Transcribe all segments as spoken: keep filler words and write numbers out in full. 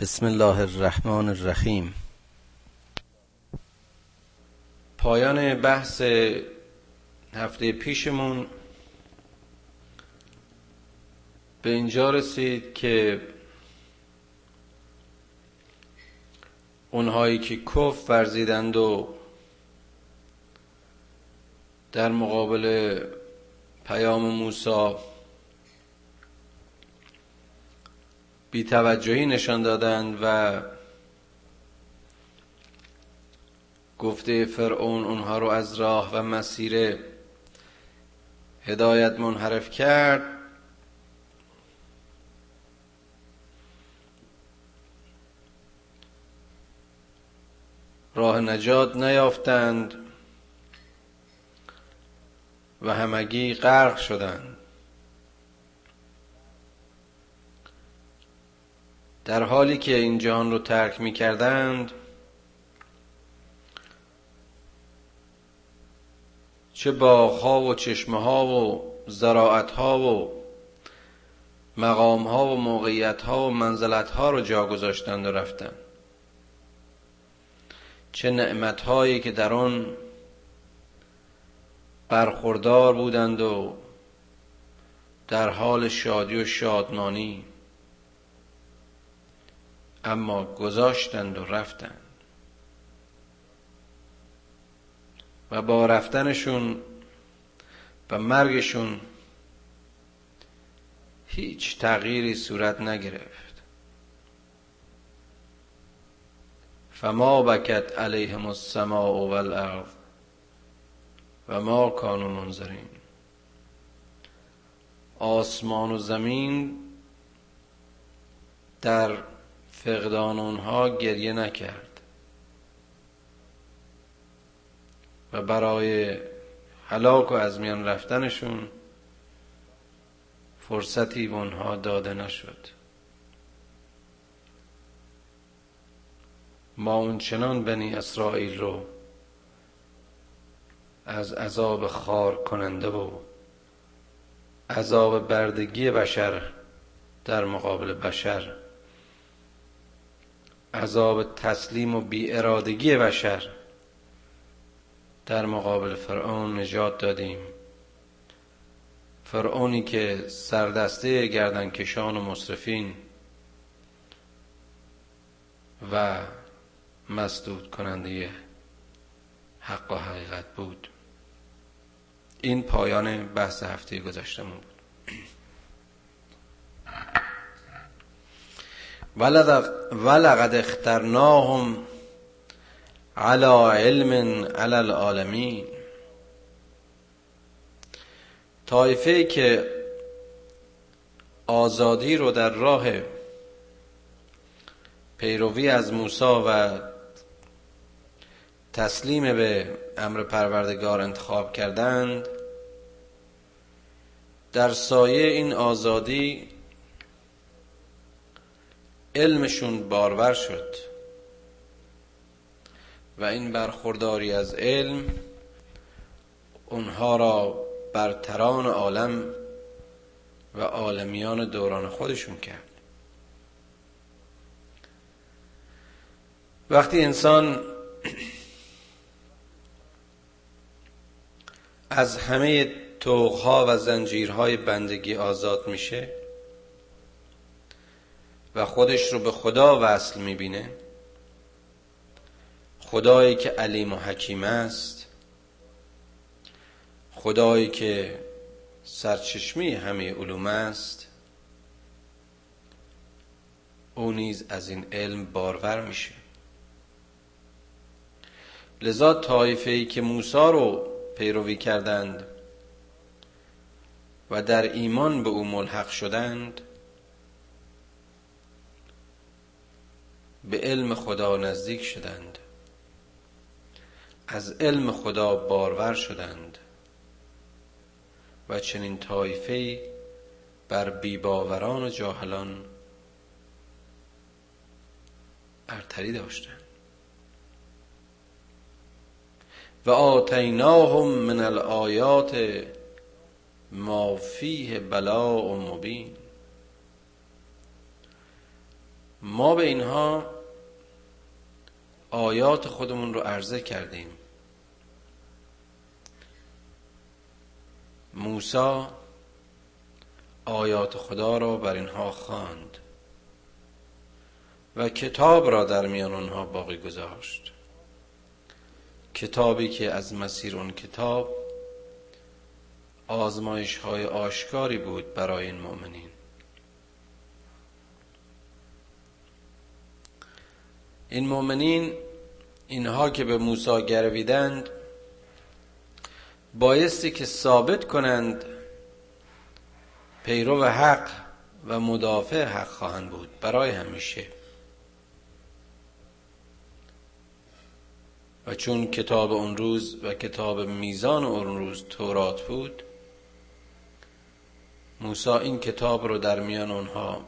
بسم الله الرحمن الرحیم. پایان بحث هفته پیشمون به اینجا رسید که اونهایی که کفر ورزیدند و در مقابل پیام موسی بی‌توجهی نشان دادند و گفته فرعون اونها رو از راه و مسیر هدایت منحرف کرد، راه نجات نیافتند و همگی غرق شدند. در حالی که این جهان رو ترک می کردند، چه باغ‌ها و چشمه‌ها و زراعت‌ها و مقام‌ها و موقعیت‌ها و منزلت‌ها رو جا گذاشتند و رفتند. چه نعمت‌هایی که در آن برخوردار بودند و در حال شادی و شادمانی، اما گذاشتند و رفتند و با رفتنشون و مرگشون هیچ تغییری صورت نگرفت. فما بکت علیهم السماء والارض و ما کانوا منظرین. آسمان و زمین در فقدان اونها گریه نکرد و برای هلاک و از میان رفتنشون فرصتی به اونها داده نشد. ما اونچنان بنی اسرائیل رو از عذاب خار کننده و عذاب بردگی بشر در مقابل بشر، عذاب تسلیم و بی ارادگی بشر در مقابل فرعون نجات دادیم. فرعونی که سردسته گردنکشان و مسرفین و مسدود کننده حق و حقیقت بود. این پایان بحث هفته گذشتمون بود. ولقد اخترناهم علی علم علی العالمین. طایفه‌ای که آزادی رو در راه پیروی از موسی و تسلیم به امر پروردگار انتخاب کردند، در سایه این آزادی علمشون بارور شد و این برخورداری از علم اونها را برتران عالم و عالمیان دوران خودشون کرد. وقتی انسان از همه طوق‌ها و زنجیرهای بندگی آزاد میشه و خودش رو به خدا وصل میبینه، خدایی که علیم و حکیم است، خدایی که سرچشمه همه علوم است، او نیز از این علم بارور میشه. لذا طایفه‌ای که موسی رو پیروی کردند و در ایمان به او ملحق شدند، به علم خدا نزدیک شدند، از علم خدا بارور شدند و چنین طایفه‌ای بر بی‌باوران و جاهلان برتری داشتند. و آتیناهم من الآیات ما فیه بلاء مبین. ما به اینها آیات خودمون رو عرضه کردیم. موسی آیات خدا را بر اینها خواند و کتاب را در میان آنها باقی گذاشت، کتابی که از مسیر اون کتاب آزمایش های آشکاری بود برای این مؤمنین. این مؤمنین، اینها که به موسی گرویدند، بایستی که ثابت کنند پیرو حق و مدافع حق خواهند بود برای همیشه. و چون کتاب اون روز و کتاب میزان اون روز تورات بود، موسی این کتاب رو در میان اونها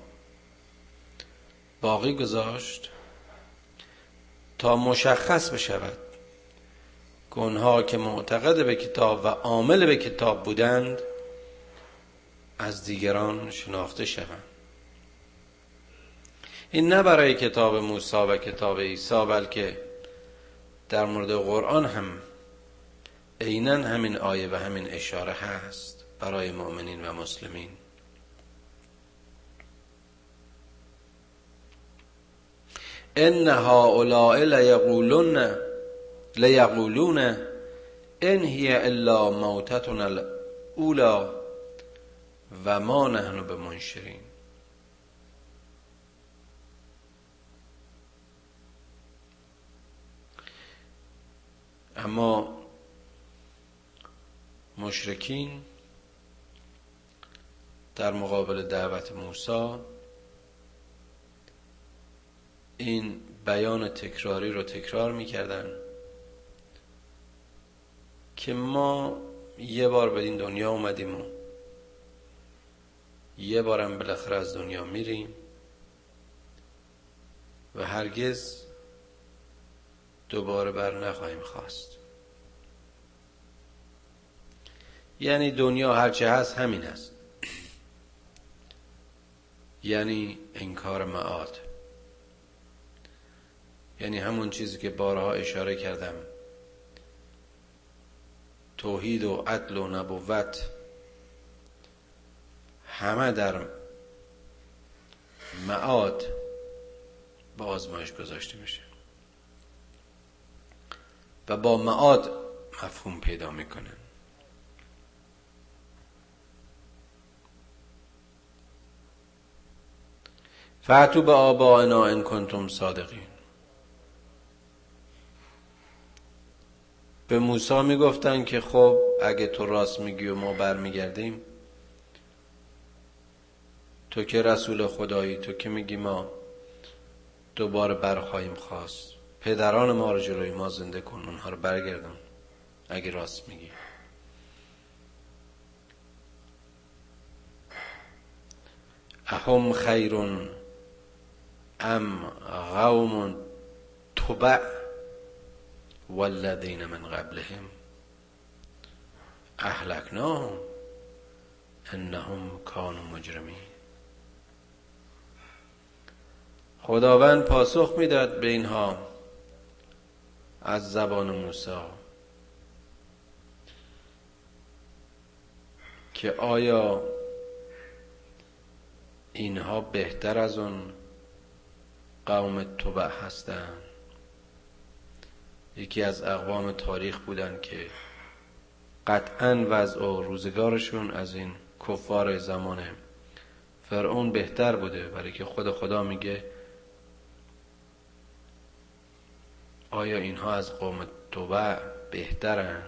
باقی گذاشت تا مشخص بشود که اونها که معتقد به کتاب و عامل به کتاب بودند از دیگران شناخته شوند. این نه برای کتاب موسی و کتاب عیسی، بلکه در مورد قرآن هم عیناً همین آیه و همین اشاره هست برای مؤمنین و مسلمین. ان هؤلاء لیقولون لیقولون ان هی الا موتتنا الاولی و ما نحن بمنشرین. اما مشرکین در مقابل دعوت موسی این بیان تکراری رو تکرار می‌کردن که ما یه بار به این دنیا اومدیم و یه بارم بالاخره از دنیا میریم و هرگز دوباره بر نخواهیم خواست. یعنی دنیا هرچه هست همین هست، یعنی انکار معاد، یعنی همون چیزی که بارها اشاره کردم، توحید و عدل و نبوت همه در معاد با آزمایش گذاشته میشه و با معاد مفهوم پیدا میکنن. فأتوا بآبائنا ان کنتم صادقین. به موسی میگفتن که خب اگه تو راست میگی و ما برمیگردیم، تو که رسول خدایی، تو که میگی ما دوباره برخواهیم خواست، پدران ما رو جلوی ما زنده کن، اونها رو برگردون اگه راست میگی. اهم خیرون ام قوم تبع والذین من قبلهم اهلکناهم انهم کانوا مجرمین. خداوند پاسخ میداد به اینها از زبان موسی که آیا اینها بهتر از اون قوم تبع هستند؟ یکی از اقوام تاریخ بودن که قطعاً وضع و روزگارشون از این کفار زمان فرعون بهتر بوده، برای که خود خدا میگه آیا اینها از قوم تبع بهترن؟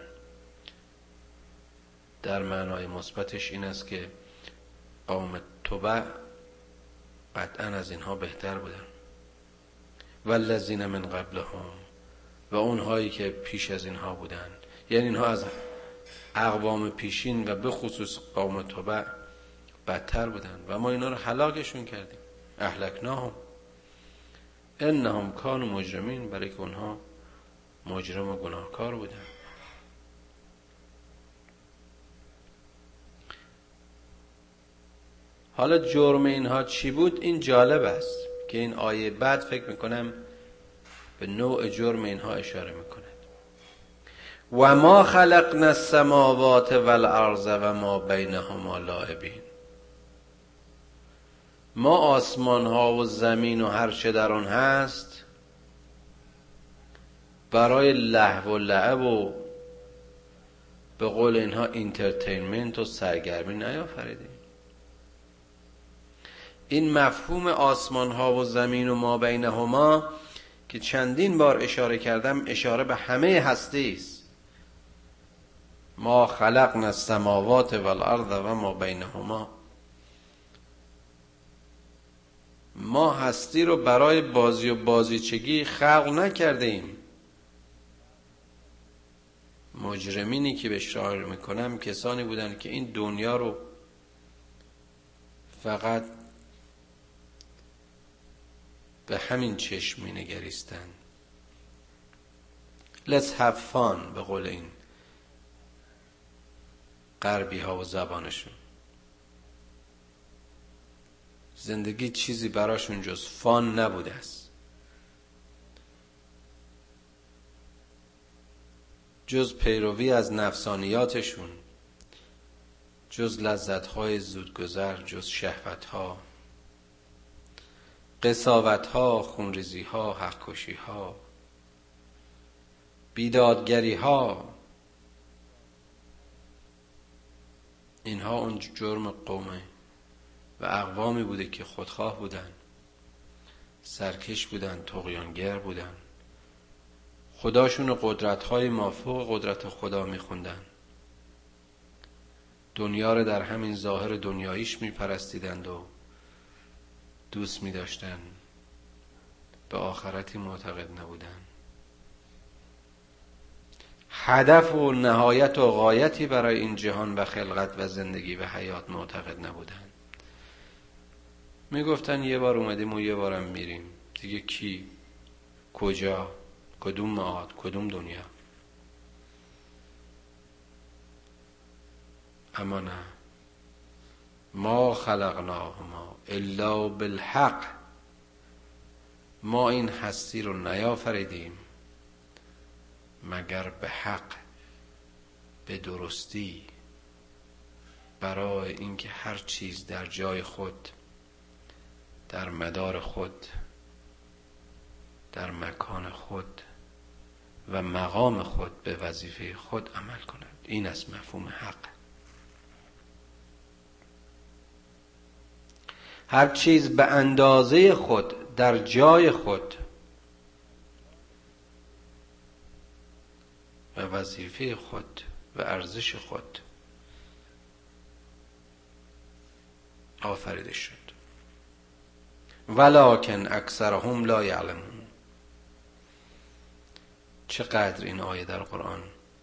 در معنای مثبتش این است که قوم تبع قطعاً از اینها بهتر بودن. والذین من قبلهم، و اونهایی که پیش از اینها بودن، یعنی اینها از اقوام پیشین و به خصوص قوم تبع بدتر بودن و ما اینا رو هلاکشون کردیم. اهلکناهم انهم کانوا مجرمین، برای که اونها مجرم و گناهکار بودن. حالا جرم اینها چی بود؟ این جالب است. که این آیه بعد فکر میکنم به نوع جرم اینها اشاره میکند. و ما خلقنا السماوات والارض و ما بینهما لاعبین. ما آسمان ها و زمین و هر چه در آن هست برای لهو و لعب و به قول اینها اینترتینمنت و سرگرمی نیافریدیم. این مفهوم آسمان ها و زمین و ما بینهما که چندین بار اشاره کردم، اشاره به همه هستی است. ما خلقنا السماوات والارض و ما بینهما. ما هستی رو برای بازی و بازیچگی خلق نکرده ایم. مجرمینی که به اشاره میکنم کسانی بودن که این دنیا رو فقط به همین چشم می نگریستن. Let's have fun به قول این غربی ها و زبانشون. زندگی چیزی براشون جز فان نبوده است، جز پیروی از نفسانیاتشون، جز لذت‌های زودگذر، جز شهوت‌ها، قساوت‌ها، خونریزی‌ها، حق‌کشی‌ها، بیدادگری‌ها. اینها اون جرم قومه و اقوامی بوده که خودخواه بودن، سرکش بودن، طغیانگر بودن، خداشون قدرت‌های مافوق قدرت خدا می‌خوندن، دنیا رو در همین ظاهر دنیاییش می‌پرستیدند و دوست می‌داشتن، به آخرتی معتقد نبودن، هدف و نهایت و غایتی برای این جهان و خلقت و زندگی و حیات معتقد نبودن. میگفتن یه بار اومدیم و یه بارم میریم، دیگه کی، کجا، کدوم معاد، کدوم دنیا. اما نه، ما خلقناهما الا بالحق. ما این هستی رو نیافریدیم مگر به حق، به درستی، برای اینکه هر چیز در جای خود، در مدار خود، در مکان خود و مقام خود به وظیفه خود عمل کند. این است مفهوم حق. هر چیز به اندازه خود، در جای خود و وظیفه خود و ارزش خود آفریده شد. ولکن اکثرهم لا یعلمون. چقدر این آیه در قرآن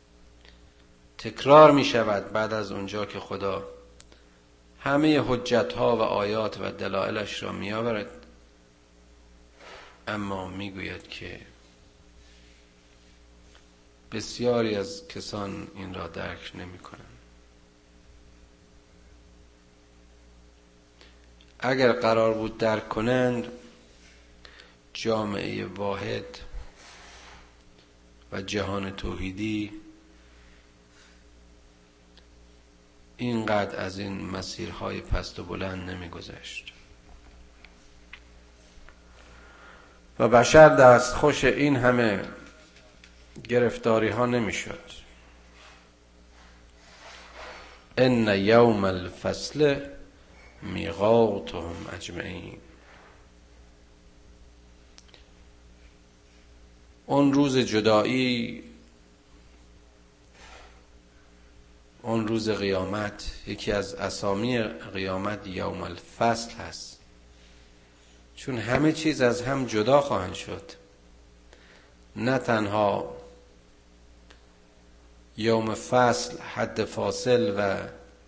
تکرار می شود بعد از اونجا که خدا همه حجتها و آیات و دلائلش را می آورد، اما می گوید که بسیاری از کسان این را درک نمی کنند. اگر قرار بود درک کنند، جامعه واحد و جهان توحیدی اینقدر از این مسیرهای پست و بلند نمی گذشت و بشر دستخوش این همه گرفتاری ها نمی شد. ان یوم الفصل میقاتهم اجمعین. اون روز جدایی، اون روز قیامت، یکی از اسامی قیامت یوم الفصل هست، چون همه چیز از هم جدا خواهند شد. نه تنها یوم فصل حد فاصل و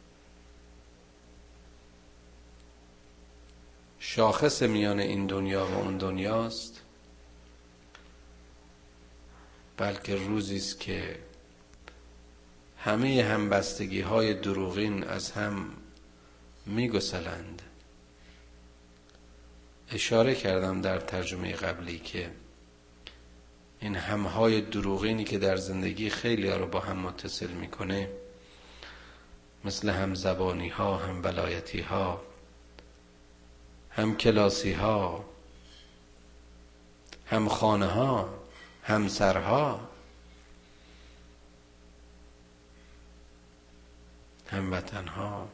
شاخص میان این دنیا و اون دنیاست، بلکه روزی است که همه همبستگی های دروغین از هم میگسلند اشاره کردم در ترجمه قبلی که این همهای دروغینی که در زندگی خیلی ها رو با هم متصل میکنه، مثل هم زبانی ها، هم ولایتی ها، هم کلاسی ها، هم خانه ها، هم سرها، هم وطن ها،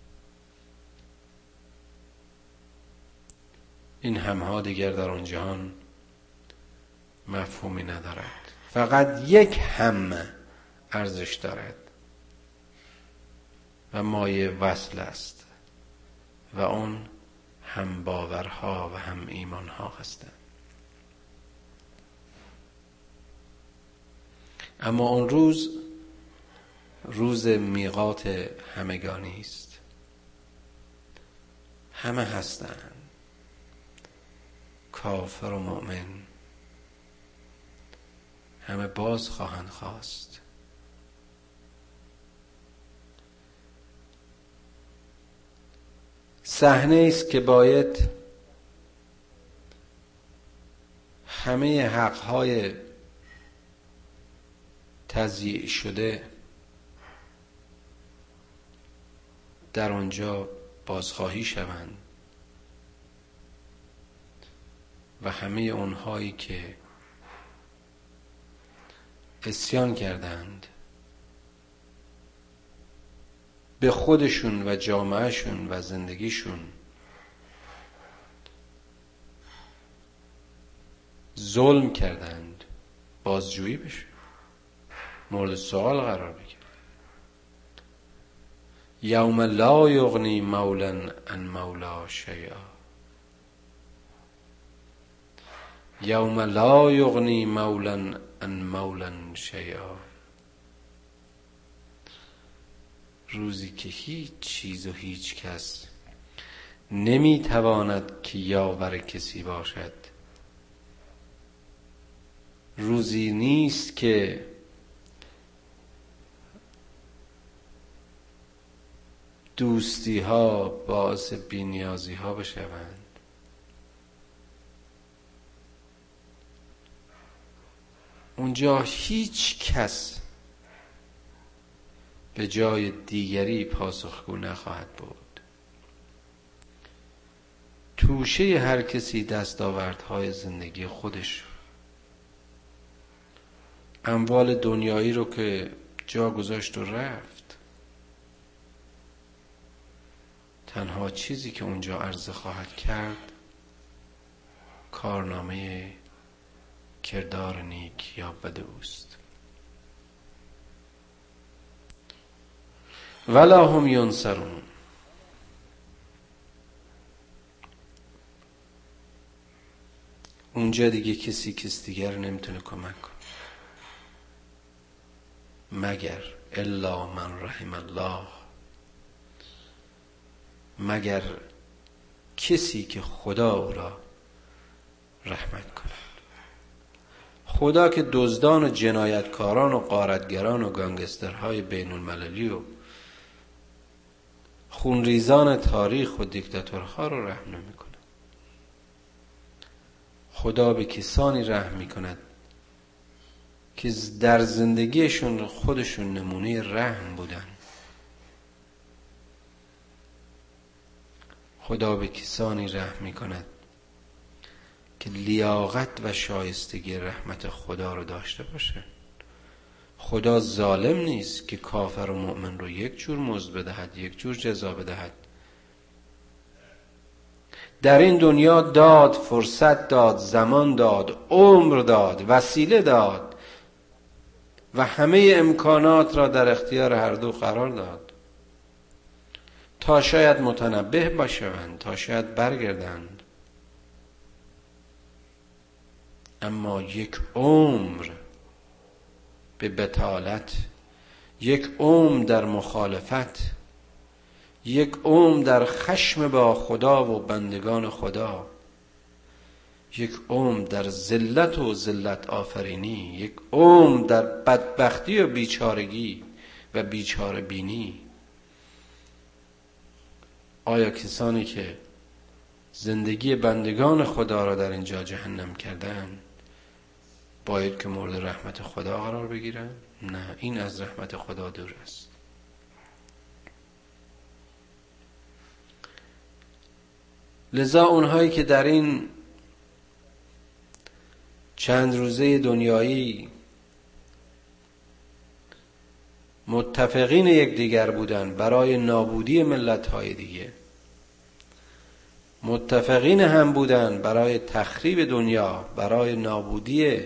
این همها دیگر در آن جهان مفهومی ندارد. فقط یک هم ارزش دارد و مایه وصل است و اون هم باورها و هم ایمانها هستند. اما اون روز روز میقات همگانی است. همه هستند، کافر و مؤمن، همه باز خواهند خواست. صحنه است که باید همه حقهای تضییع شده در آنجا بازخواهی شوند و همه اونهایی که عصیان کردند به خودشون و جامعهشون و زندگیشون، ظلم کردند، بازجویی بشه، مورد سوال قرار بگیره. یوم لا یغنی مولا عن مولا شیئا، یوم لا یغنی مولا عن مولا شیئا، روزی که هیچ چیز و هیچ کس نمیتواند که یاور کسی باشد. روزی نیست که دوستی ها باعث بی‌نیازی ها بشوند. اونجا هیچ کس به جای دیگری پاسخگو نخواهد بود. توشه هر کسی دستاوردهای زندگی خودش، اموال دنیایی رو که جا گذاشت و رفت. تنها چیزی که اونجا عرضه خواهد کرد کارنامه کردار نیک یا بد اوست. ولا هم ینصرون. اونجا دیگه کسی کس دیگر نمیتونه کمک کنه مگر الا من رحم الله، مگر کسی که خدا او را رحمت کند. خدا که دزدان و جنایتکاران و غارتگران و گانگسترهای بین المللی و خونریزان تاریخ و دیکتاتورها رو رحم نمی کند. خدا به کسانی رحم می کند که در زندگیشون خودشون نمونه رحم بودن. خدا به کسانی رحم می کند که لیاقت و شایستگی رحمت خدا رو داشته باشه. خدا ظالم نیست که کافر و مؤمن رو یک جور مزد بدهد، یک جور جزا بدهد. در این دنیا داد، فرصت داد، زمان داد، عمر داد، وسیله داد و همه امکانات را در اختیار هر دو قرار داد تا شاید متنبه باشند، تا شاید برگردند. اما یک عمر به بطالت، یک عمر در مخالفت، یک عمر در خشم با خدا و بندگان خدا، یک عمر در ذلت و ذلت آفرینی، یک عمر در بدبختی و بیچارگی و بیچاره بینی. آیا کسانی که زندگی بندگان خدا را در اینجا جهنم کردن، باید که مورد رحمت خدا قرار بگیرن؟ نه، این از رحمت خدا دور است. لذا اونهایی که در این چند روزه دنیایی متفقین یکدیگر بودن برای نابودی ملت‌های دیگه، متفقین هم بودن برای تخریب دنیا، برای نابودی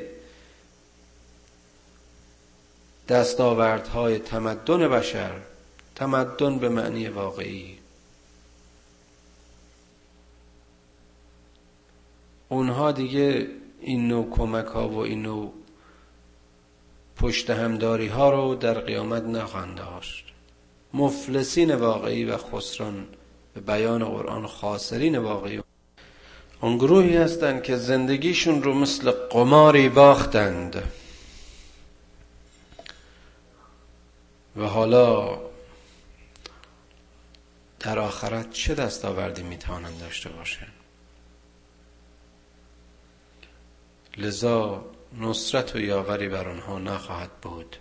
دستاوردهای تمدن بشر، تمدن به معنی واقعی، اونها دیگه این نوع کمک ها و این نوع پشت همداری ها رو در قیامت نخواهند داشت. مفلسین واقعی و خسران به بیان قرآن خاسرین واقعی اون گروهی هستند که زندگیشون رو مثل قماری باختند و حالا در آخرت چه دستاوردی میتوانند داشته باشند. لذا نصرت و یاوری بر آنها نخواهد بود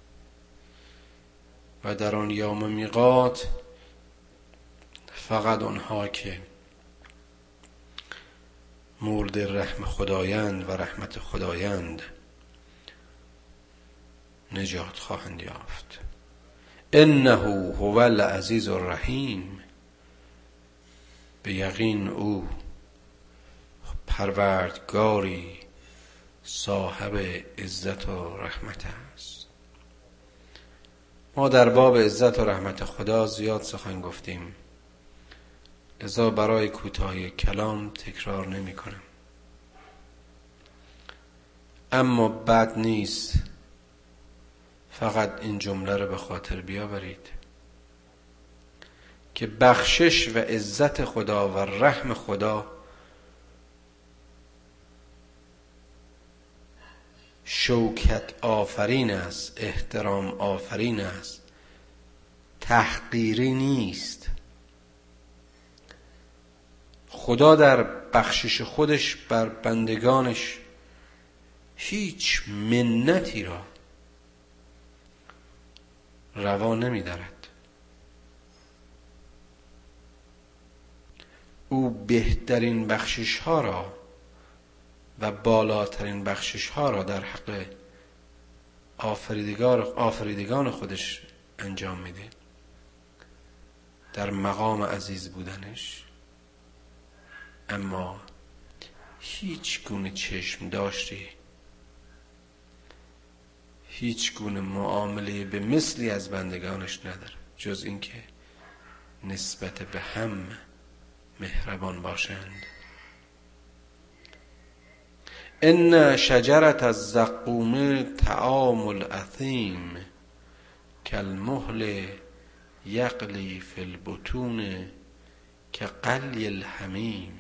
و در آن یوم میقات فقط آنها که مورد رحم خدایند و رحمت خدایند نجات خواهند یافت. انه هو العزیز الرحیم، به یقین او پروردگاری صاحب عزت و رحمت است. ما در باب عزت و رحمت خدا زیاد سخن گفتیم، لذا برای کوتاهی کلام تکرار نمی کنم. اما بد نیست فقط این جمله رو به خاطر بیاورید که بخشش و عزت خدا و رحم خدا شوکت آفرین است، احترام آفرین است، تحقیری نیست. خدا در بخشش خودش بر بندگانش هیچ منتی را روا نمی دارد. او بهترین بخشش ها را و بالاترین بخشش ها را در حق آفریدگان خودش انجام میده در مقام عزیز بودنش، اما هیچ گونه چشم داشتی، هیچ گونه معامله به مثلی از بندگانش نداره جز اینکه نسبت به هم مهربان باشند. ان شجرة الزقوم طعام الاثیم کالمهل یغلی فی البطون کغلی الحمیم.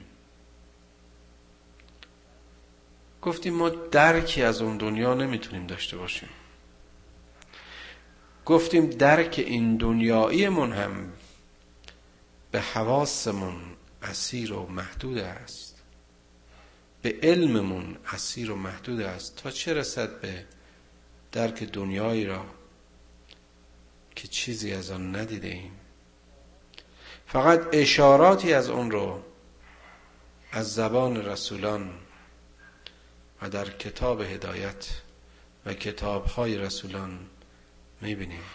گفتیم ما درکی از اون دنیا نمیتونیم داشته باشیم. گفتیم درک این دنیاییمون هم به حواسمون اسیر و محدود است، به علممون اسیر و محدود است، تا چه رسد به درک دنیایی را که چیزی از آن ندیده ایم. فقط اشاراتی از اون رو از زبان رسولان و در کتاب هدایت و کتاب‌های رسولان می‌بینیم.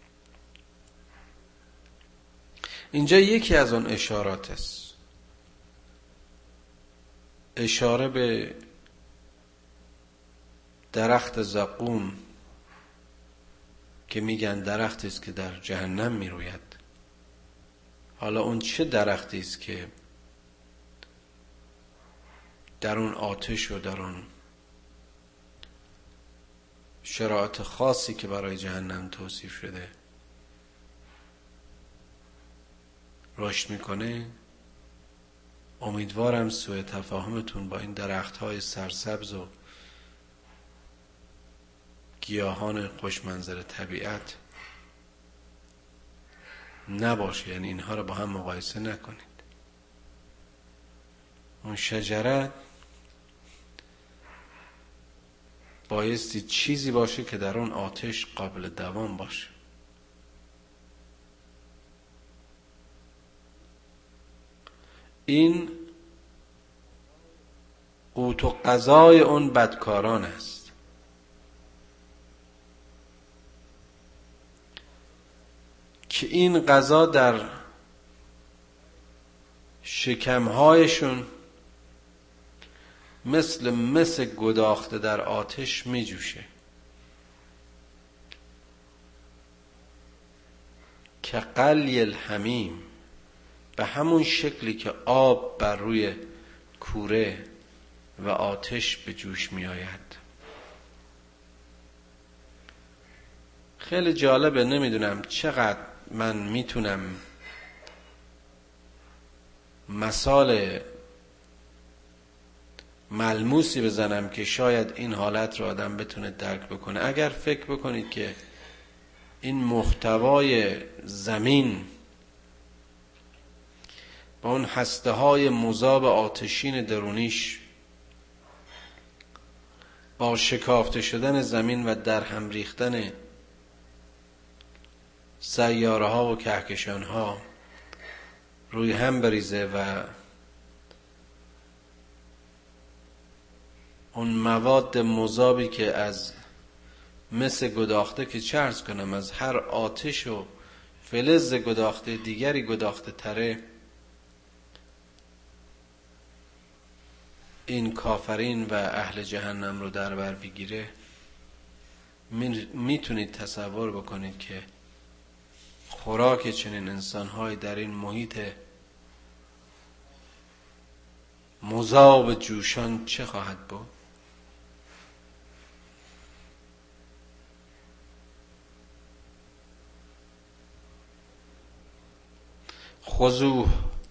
اینجا یکی از اون اشارات است، اشاره به درخت زقوم که میگن درختی است که در جهنم میروید. حالا اون چه درختی است که در اون آتش و در اون شرایط خاصی که برای جهنم توصیف شده رشد میکنه؟ امیدوارم سوء تفاهمتون با این درخت‌های سرسبز و گیاهان خوشمنظر طبیعت نباشه، یعنی اینها رو با هم مقایسه نکنید. اون شجره بایستی چیزی باشه که در اون آتش قابل دوام باشه. این قوت و غذای اون بدکاران است. که این غذا در شکمهایشون مثل مس گداخته در آتش می جوشه، که قلی الحمیم، به همون شکلی که آب بر روی کوره و آتش به جوش می آید. خیلی جالبه، نمیدونم چقدر من میتونم مثال ملموسی بزنم که شاید این حالت رو آدم بتونه درک بکنه. اگر فکر بکنید که این محتوای زمین با اون هسته های مذاب آتشین درونیش با شکافته شدن زمین و در هم ریختن سیاره ها و کهکشان ها روی هم بریزه و اون مواد مذابی که از مس گداخته که چه عرض کنم از هر آتش و فلز گداخته دیگری گداخته تره، این کافرین و اهل جهنم رو در بر بگیره، میتونید تصور بکنید که خوراک چنین انسان‌های در این محیط مذاب جوشان چه خواهد بود؟ خذوه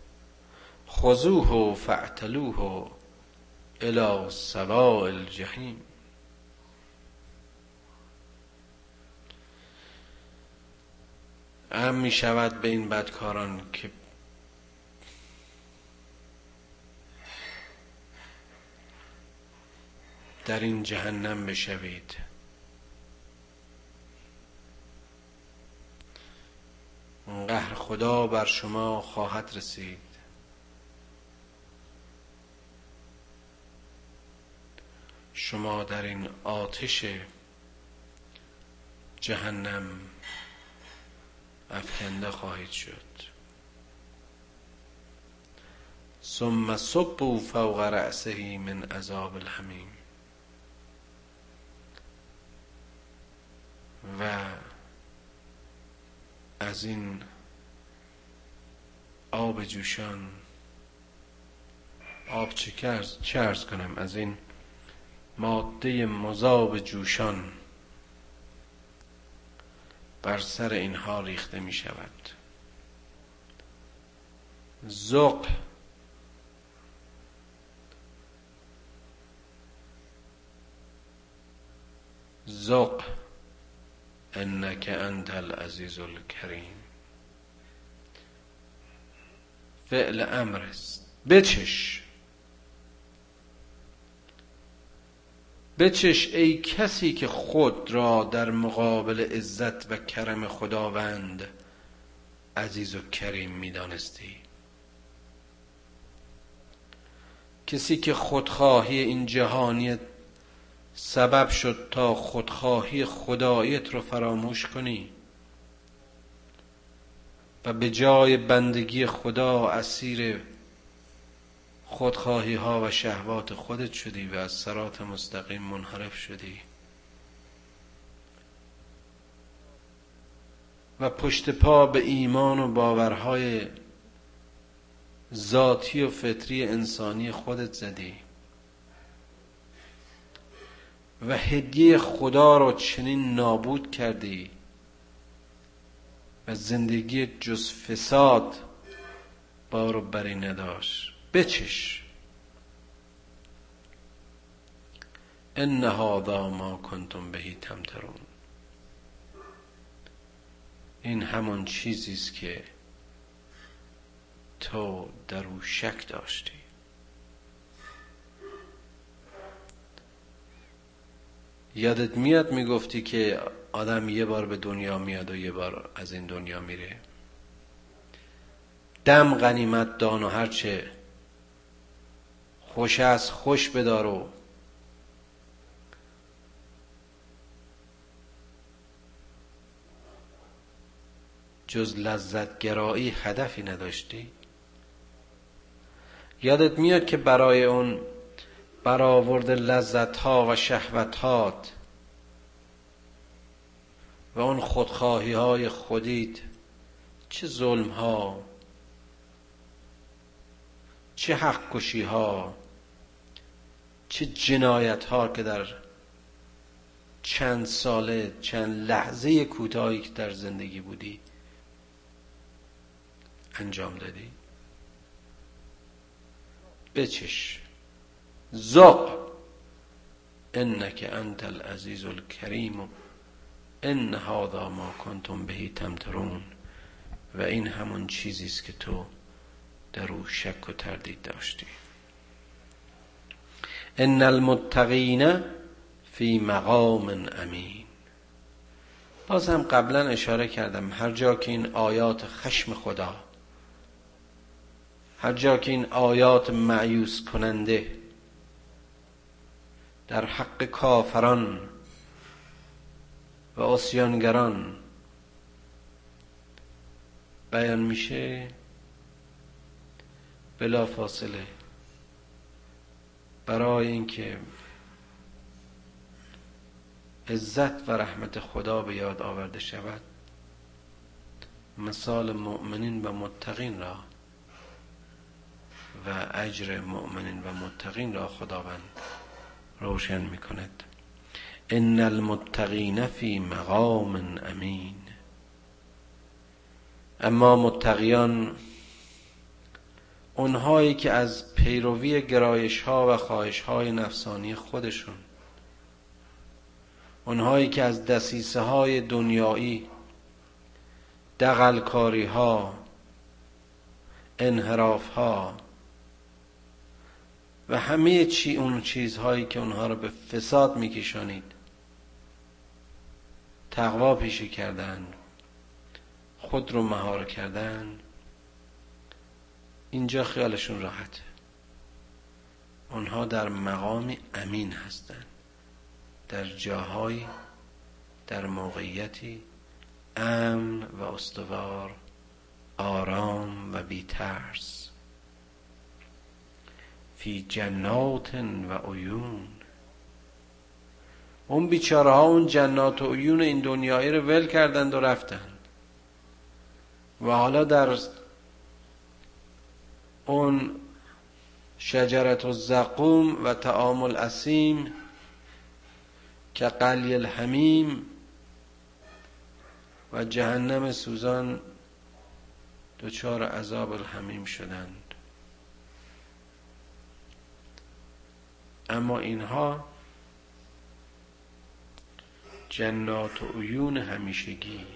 خذوه فاعتلوه الی سواء الجحیم. ام می شود به این بدکاران که در این جهنم بشوید، قهر خدا بر شما خواهد رسید، شما در این آتش جهنم افکنده خواهید شد. ثم صبوا فوق رأسه من عذاب الحمیم. و از این آب جوشان، آب چکرز چه عرض کنم، از این ماده مذاب جوشان بر سر اینها ریخته می شود. ذق ذق انک انت العزیز الکریم. فعل امر است. بچش بچش ای کسی که خود را در مقابل عزت و کرم خداوند عزیز و کریم می دانستی. کسی که خودخواهی این جهانیت سبب شد تا خودخواهی خداییت رو فراموش کنی و به جای بندگی خدا اسیر خودخواهی ها و شهوات خودت شدی و از صراط مستقیم منحرف شدی و پشت پا به ایمان و باورهای ذاتی و فطری انسانی خودت زدی و هدیه خدا رو چنین نابود کردی و زندگی جز فساد بارو بری نداشت. بچش. ان هذا ما کنتم بهی تمترون. این همون چیزی است که تو در او شک داشتی. یادت میاد میگفتی که آدم یه بار به دنیا میاد و یه بار از این دنیا میره. دم غنیمت دان و هرچه خوش است خوش بدار و جز لذت گرایی هدفی نداشتی. یادت میاد که برای اون برآورد لذت ها و شهوت هات و اون خودخواهی های خودیت چه ظلم ها، چه حق کشی ها، چه جنایت ها که در چند ساله، چند لحظه کوتاهی که در زندگی بودی انجام دادی. بچش، ذق انک انت العزیز الکریم ان هذا ما کنتم به تمترون. و این همون چیزی است که تو در او شک و تردید داشتی. ان المتقین فی مقام امین. باز هم قبلا اشاره کردم هر جا که این آیات خشم خدا، هر جا که این آیات مایوس کننده در حق کافران و عصیانگران بیان میشه، بلا فاصله برای اینکه عزت و رحمت خدا به یاد آورده شود، مثال مؤمنین و متقین را و اجر مؤمنین و متقین را خداوند روشن می کند. ان المتقین فی مقام امین. اما متقیان اونهایی که از پیروی گرایش ها و خواهش های نفسانی خودشون، اونهایی که از دسیسه های دنیایی، دغلکاری ها، انحراف ها و همه چی اون چیزهایی که اونها رو به فساد میکشانید تقوا پیشه کردن، خود رو مهار کردن، اینجا خیالشون راحته. اونها در مقام امین هستند، در جاهایی، در موقعیتی امن و استوار، آرام و بی ترس. فی جنات و عیون. اون بیچاره ها اون جنات و عیون این دنیایی رو ول کردند و رفتند و حالا در اون شجرت الزقوم و طعام الاسیم که قلی الحمیم و جهنم سوزان دچار عذاب الحمیم شدند. اما اینها جنات و عیون همیشگی،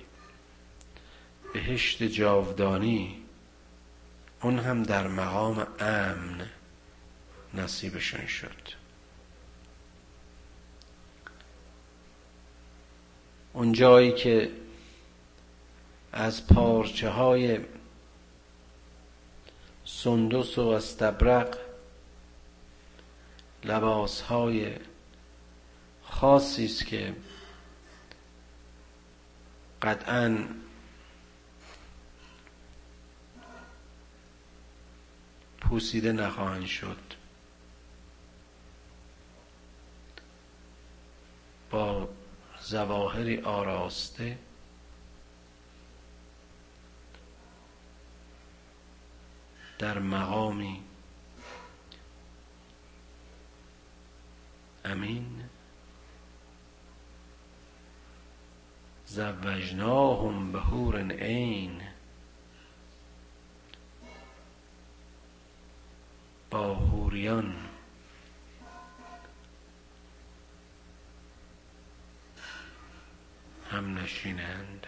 بهشت جاودانی، اون هم در مقام امن نصیبشون شد. اون جایی که از پارچه های سندس و استبرق لباس های خاصی است که قطعاً پوسیده نخواهند شد، با ظواهری آراسته در مقامی امین زوجناهم بحور عین، با حوریان هم نشینند.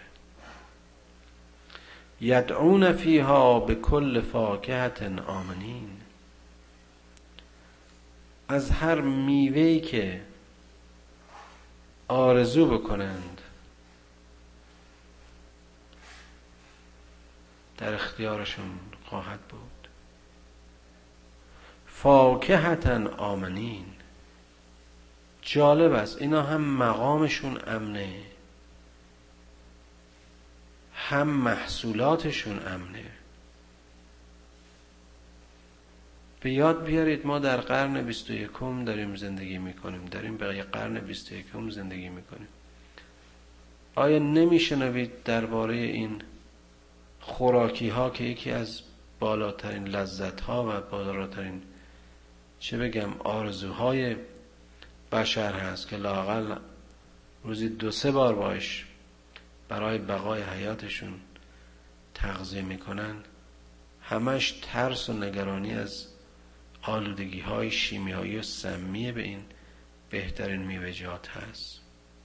یدعون فیها بکل فاکهة آمنین. از هر میوه‌ای که آرزو بکنند در اختیارشون خواهد بود. فاکهةً آمنین. جالب است اینا هم مقامشون امنه، هم محصولاتشون امنه. به یاد بیارید ما در قرن بیست و یکم داریم زندگی میکنیم، داریم به قرن بیست و یکم زندگی میکنیم. آیا نمیشنوید درباره این خوراکی ها که یکی از بالاترین لذت ها و بالاترین چه بگم آرزوهای بشر هست که لااقل روزی دو سه بار باش برای بقای حیاتشون تغذیه میکنن؟ همش ترس و نگرانی از آلودگی های شیمیایی و سمی به این بهترین میوه‌جات هست.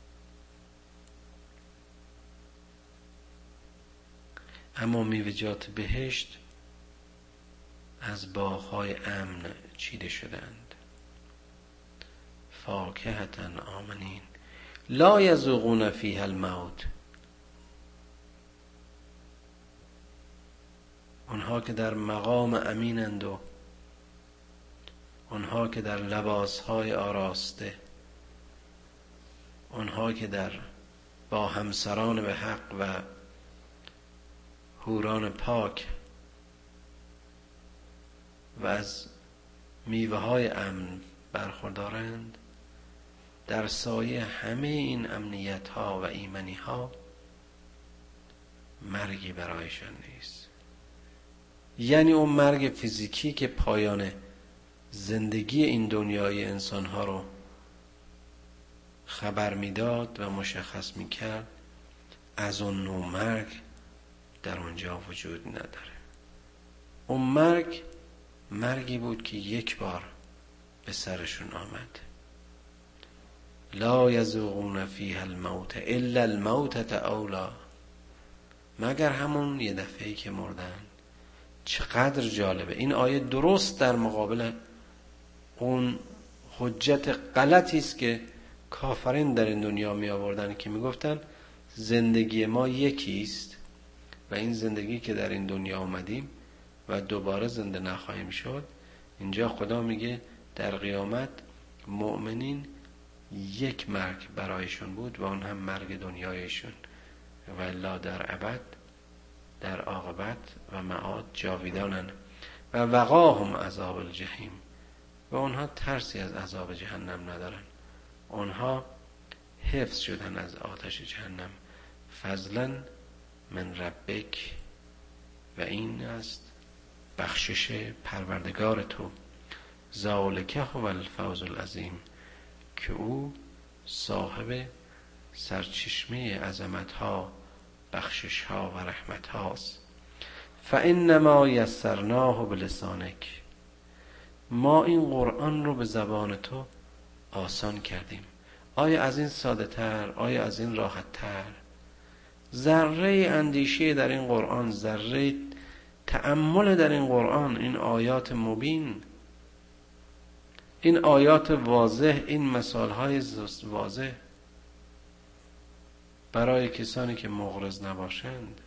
اما میوه‌جات بهشت از باغ‌های امن چیده شدند. فاکهةً آمنین لا یذوقون فیها الموت. اونها که در مقام امینند و اونها که در لباسهای آراسته، اونها که در با همسران به حق و حوران پاک و از میوه های امن برخوردارند، در سایه همه این امنیت ها و ایمنی ها مرگی برایشان نیست. یعنی اون مرگ فیزیکی که پایان زندگی این دنیای انسان ها رو خبر میداد و مشخص میکرد، از اون نوع مرگ در اونجا وجود نداره. اون مرگ مرگی بود که یک بار به سرشون آمد. لا یذوقون فیها الموت الا الموتة اولا. مگر همون یه دفعه‌ای که مردن. چقدر جالبه این آیه، درست در مقابل اون حجت غلطی است که کافرین در این دنیا می آوردن که می گفتن زندگی ما یکی است و این زندگی که در این دنیا آمدیم و دوباره زنده نخواهیم شد. اینجا خدا میگه در قیامت مؤمنین یک مرگ برایشون بود و اون هم مرگ دنیایشون، و الا در ابد در عاقبت و معاد جاویدانن. و وقاهم عذاب الجحیم. و اونها ترسی از عذاب جهنم ندارن، اونها حفظ شدن از آتش جهنم. فضلا من ربک. و این است بخشش پروردگار تو. ذالک هو الفوز العظیم. که او صاحب سرچشمه عظمت ها، بخشش ها و رحمت هاست. فانما یسرناه بلسانک. ما این قرآن رو به زبان تو آسان کردیم. آیا از این ساده تر، آیا از این راحت تر؟ ذره اندیشه در این قرآن، ذره تأمل در این قرآن، این آیات مبین، این آیات واضح، این مثالهای واضح برای کسانی که مغرض نباشند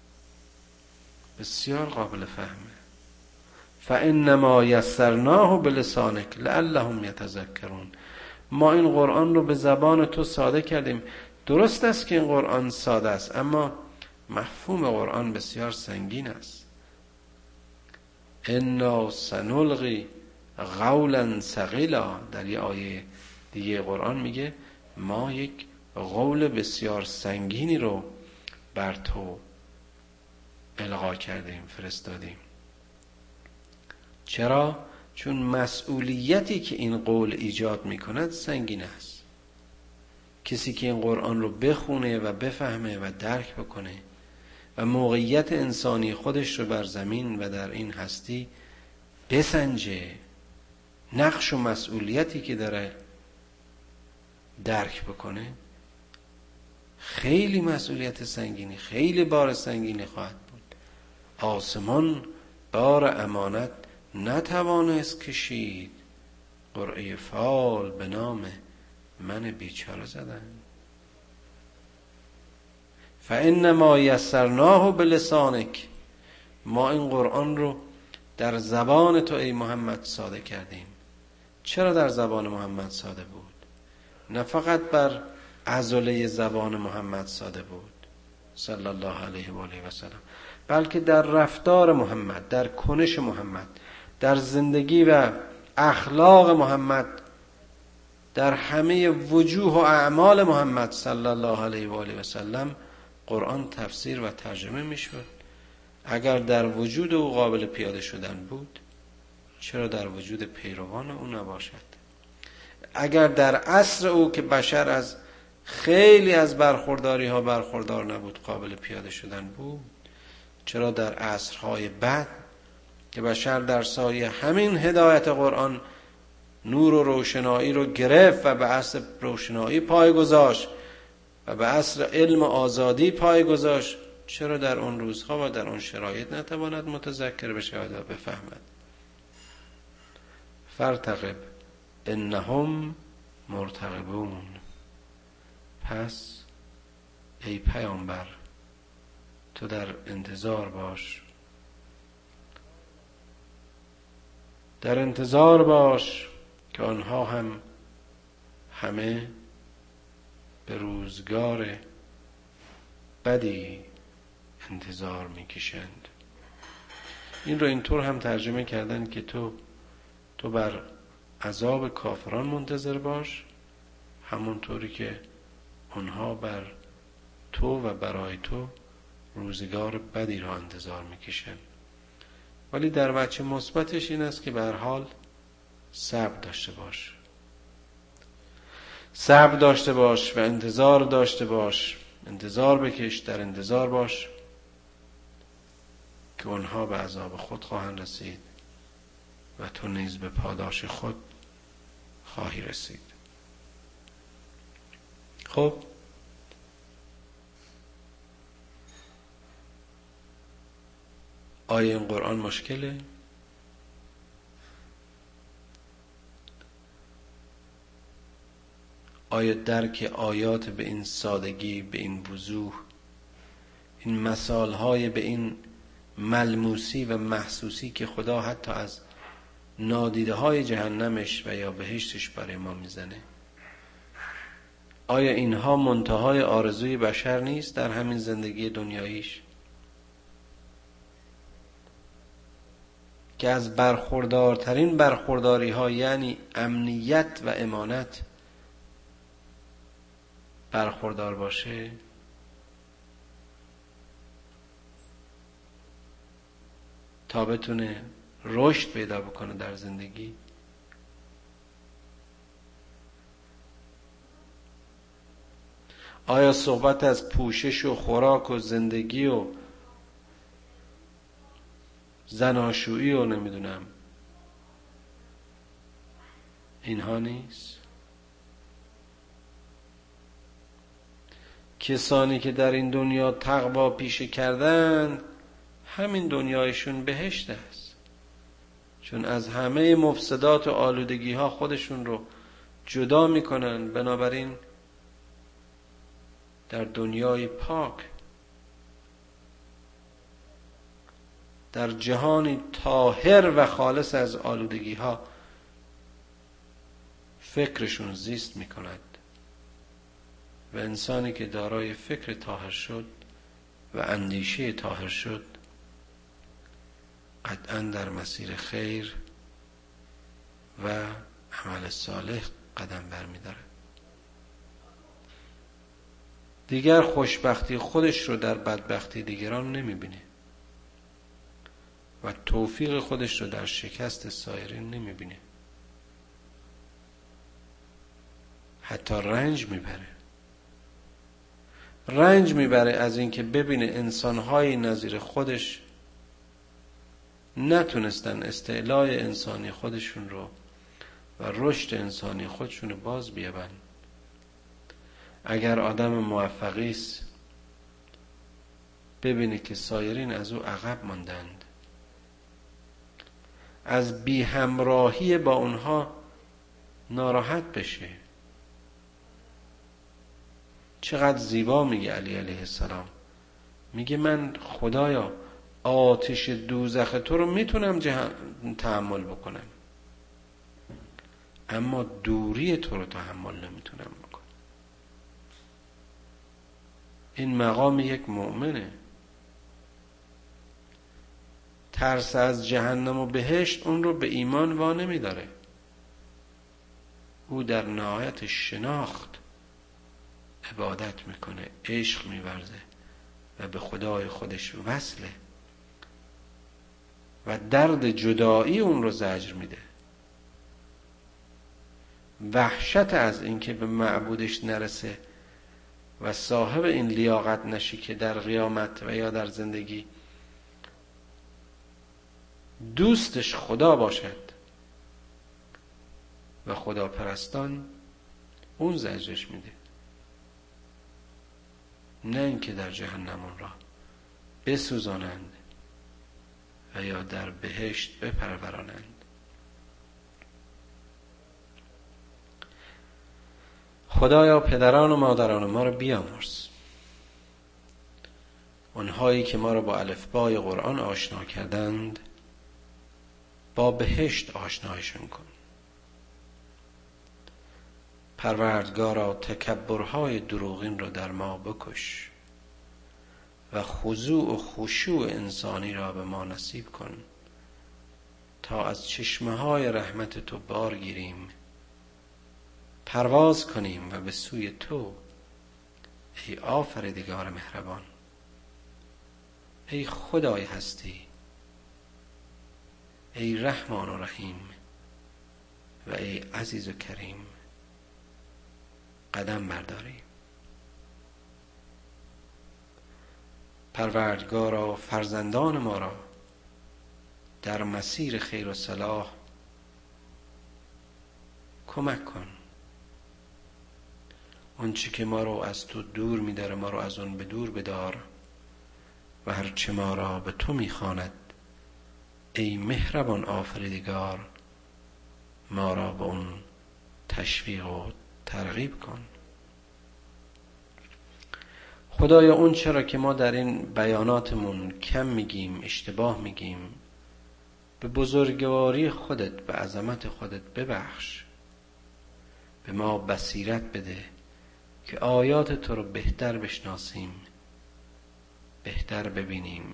بسیار قابل فهمه. فانما یسرناه بلسانک لعلهم یتذکرون. ما این قرآن رو به زبان تو ساده کردیم. درست است که این قرآن ساده است، اما مفهوم قرآن بسیار سنگین است. انا سنلقی قولا ثقیلا. در یه آیه دیگه قرآن میگه ما یک قول بسیار سنگینی رو بر تو القا کردیم، فرستادیم. چرا؟ چون مسئولیتی که این قول ایجاد میکند سنگین است. کسی که این قرآن رو بخونه و بفهمه و درک بکنه و موقعیت انسانی خودش رو بر زمین و در این هستی بسنجه، نقش و مسئولیتی که داره درک بکنه، خیلی مسئولیت سنگینی، خیلی بار سنگینی خواهد بود. آسمان بار امانت نتوانست کشید، قرعه فال به نام من بیچاره زدن. فانما یسرناه بلسانک، ما این قرآن رو در زبان تو ای محمد ساده کردیم. چرا در زبان محمد ساده بود؟ نه فقط بر عضله زبان محمد ساده بود صلی الله علیه و آله و سلم، بلکه در رفتار محمد، در کنش محمد، در زندگی و اخلاق محمد، در همه وجوه و اعمال محمد صلی الله علیه و آله و سلم قرآن تفسیر و ترجمه میشد. اگر در وجود او قابل پیاده شدن بود، چرا در وجود پیروان او نباشد؟ اگر در عصر او که بشر از خیلی از برخورداری ها برخوردار نبود قابل پیاده شدن بود، چرا در عصرهای بعد که بشر در سایه همین هدایت قرآن نور و روشنایی رو گرفت و به عصر روشنایی پای گذاشت و به عصر علم و آزادی پای گذاشت، چرا در اون روزها و در اون شرایط نتواند متذکر بشود و بفهمد؟ فارتقب انهم مرتقبون. پس ای پیامبر تو در انتظار باش، در انتظار باش که آنها هم همه به روزگار بدی انتظار میکشند. این رو اینطور هم ترجمه کردن که تو تو بر عذاب کافران منتظر باش، همونطوری که اونها بر تو و برای تو روزگار بدی را انتظار میکشند. ولی در وجه مثبتش این است که به هر حال صبر داشته باش، صبر داشته باش و انتظار داشته باش، انتظار بکش، در انتظار باش که اونها به عذاب خود خواهند رسید و تو نیز به پاداش خود خواهی رسید. خب آیا این قرآن مشکله؟ آیا درک آیات به این سادگی، به این وضوح، این مثالهای به این ملموسی و محسوسی که خدا حتی از نادیده های جهنمش و یا بهشتش برای ما میزنه، آیا اینها منتهای آرزوی بشر نیست در همین زندگی دنیاییش که از برخوردارترین برخورداری ها یعنی امنیت و امانت برخوردار باشه؟ تا بتونه رشد پیدا بکنه در زندگی. آیا صحبت از پوشش و خوراک و زندگی و زناشویی و نمیدونم اینها نیست؟ کسانی که در این دنیا تقوا پیشه کردند همین دنیایشون بهشت است، چون از همه مفسدات و آلودگی ها خودشون رو جدا میکنن. بنابراین در دنیای پاک، در جهانی طاهر و خالص از آلودگی ها فکرشون زیست میکند و انسانی که دارای فکر طاهر شد و اندیشه طاهر شد قطعاً در مسیر خیر و عمل صالح قدم برمی‌داره. دیگر خوشبختی خودش رو در بدبختی دیگران نمی‌بینه و توفیق خودش رو در شکست سایرین نمی‌بینه. حتی رنج میبره رنج میبره از اینکه ببینه انسان‌های نظیر خودش نتونستن استعلای انسانی خودشون رو و رشد انسانی خودشون رو باز بیابن. اگر آدم موفقی است ببینه که سایرین از او عقب ماندند، از بی همراهی با اونها ناراحت بشه. چقدر زیبا میگه علی علیه السلام میگه من خدایا آتش دوزخ تو رو میتونم جهن... تحمل بکنم، اما دوری تو رو تحمل نمیتونم بکنم. این مقام یک مؤمنه. ترس از جهنم و بهشت اون رو به ایمان وا نمیداره. او در نهایت شناخت عبادت میکنه، عشق میورزه و به خدای خودش وصله و درد جدایی اون رو زجر میده. وحشت از اینکه به معبودش نرسه و صاحب این لیاقت نشی که در قیامت و یا در زندگی دوستش خدا باشد و خدا پرستان، اون زجرش میده، نه اینکه در جهنم اون را بسوزانند و یا در بهشت بپرورانند. خدایا پدران و مادران ما را بیامرز، اونهایی که ما را با الفبای قرآن آشنا کردند با بهشت آشنایشون کن. پروردگارا تکبرهای دروغین را در ما بکش و خضوع و خشوع انسانی را به ما نصیب کن تا از چشمه های رحمت تو بار گیریم، پرواز کنیم و به سوی تو ای آفریدگار مهربان، ای خدای هستی، ای رحمان و رحیم و ای عزیز و کریم قدم برداریم. پروردگارا فرزندان ما را در مسیر خیر و صلاح کمک کن. اون چی که ما رو از تو دور می‌داره ما رو از اون به دور بدار و هر چه ما را به تو می‌خواند ای مهربان آفریدگار ما را به اون تشویق و ترغیب کن. خدایا اون چرا که ما در این بیاناتمون کم میگیم، اشتباه میگیم، به بزرگواری خودت، به عظمت خودت ببخش. به ما بصیرت بده که آیات تو رو بهتر بشناسیم، بهتر ببینیم،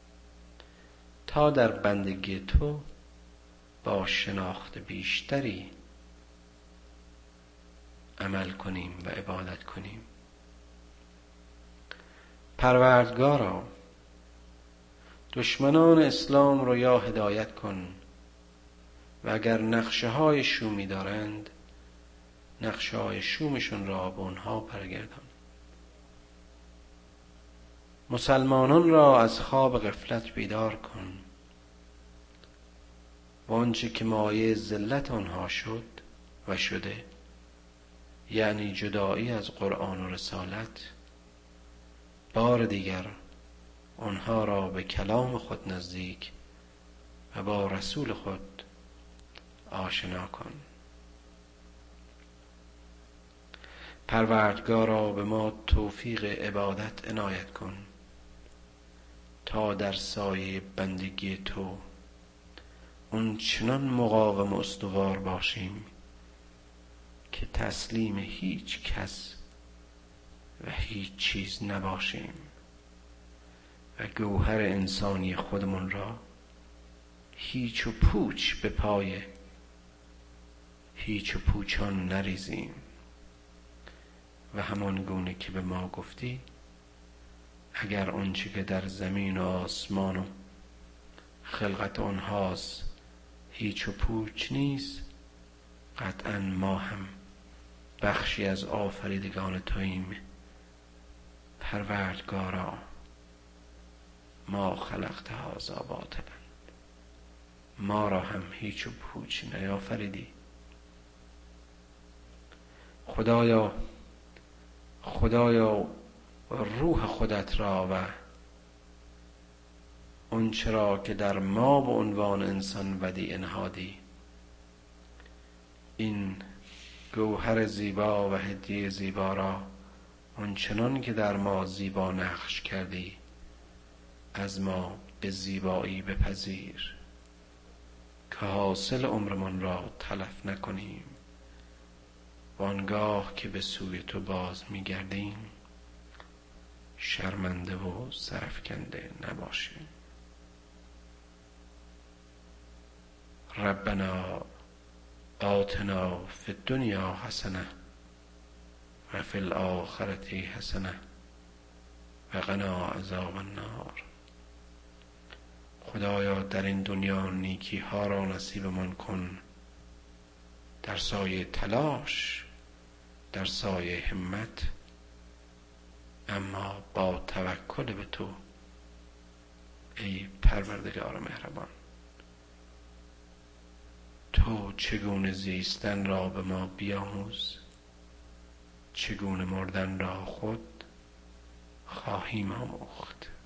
تا در بندگی تو با شناخت بیشتری عمل کنیم و عبادت کنیم. پروردگارا دشمنان اسلام رو یا هدایت کن و اگر نقشه های شومی دارند نقشه های شومشون را به اونها برگردان. مسلمانان را از خواب غفلت بیدار کن و آنچه که مایه ذلت آنها شد و شده، یعنی جدایی از قرآن و رسالت، بار دیگر آنها را به کلام خود نزدیک و با رسول خود آشنا کن. پروردگارا به ما توفیق عبادت عنایت کن تا در سایه بندگی تو اون چنان مقاوم و استوار باشیم که تسلیم هیچ کس و هیچ چیز نباشیم و گوهر انسانی خودمون را هیچ و پوچ به پای هیچ و پوچان نریزیم و همان گونه که به ما گفتی اگر آنچه که در زمین و آسمان و خلقت آنهاست هیچ و پوچ نیست، قطعا ما هم بخشی از آفریدگان توییم. پروردگارا ما خلقت هذا باطلا، ما را هم هیچ و پوچ نیافریدی. خدایا خدایا روح خودت را و اون چرا که در ما به عنوان انسان ودیع نهادی، این گوهر زیبا و هدیه زیبا را اون چنان که در ما زیبا نقش کردی از ما به زیبایی بپذیر که حاصل عمرمان را تلف نکنیم و آنگاه که به سوی تو باز می‌گردیم شرمنده و سرفکنده نباشیم. ربنا آتنا فی الدنیا حسنه و فی الآخرة حسنه و قنا عذاب النار. خدایا در این دنیا نیکی ها را نصیبمان کن، در سایه تلاش، در سایه همت، اما با توکل به تو ای پروردگار مهربان. تو چگونه زیستن را به ما بیاموز، چگونه مردن را خود خواهیم آموخت.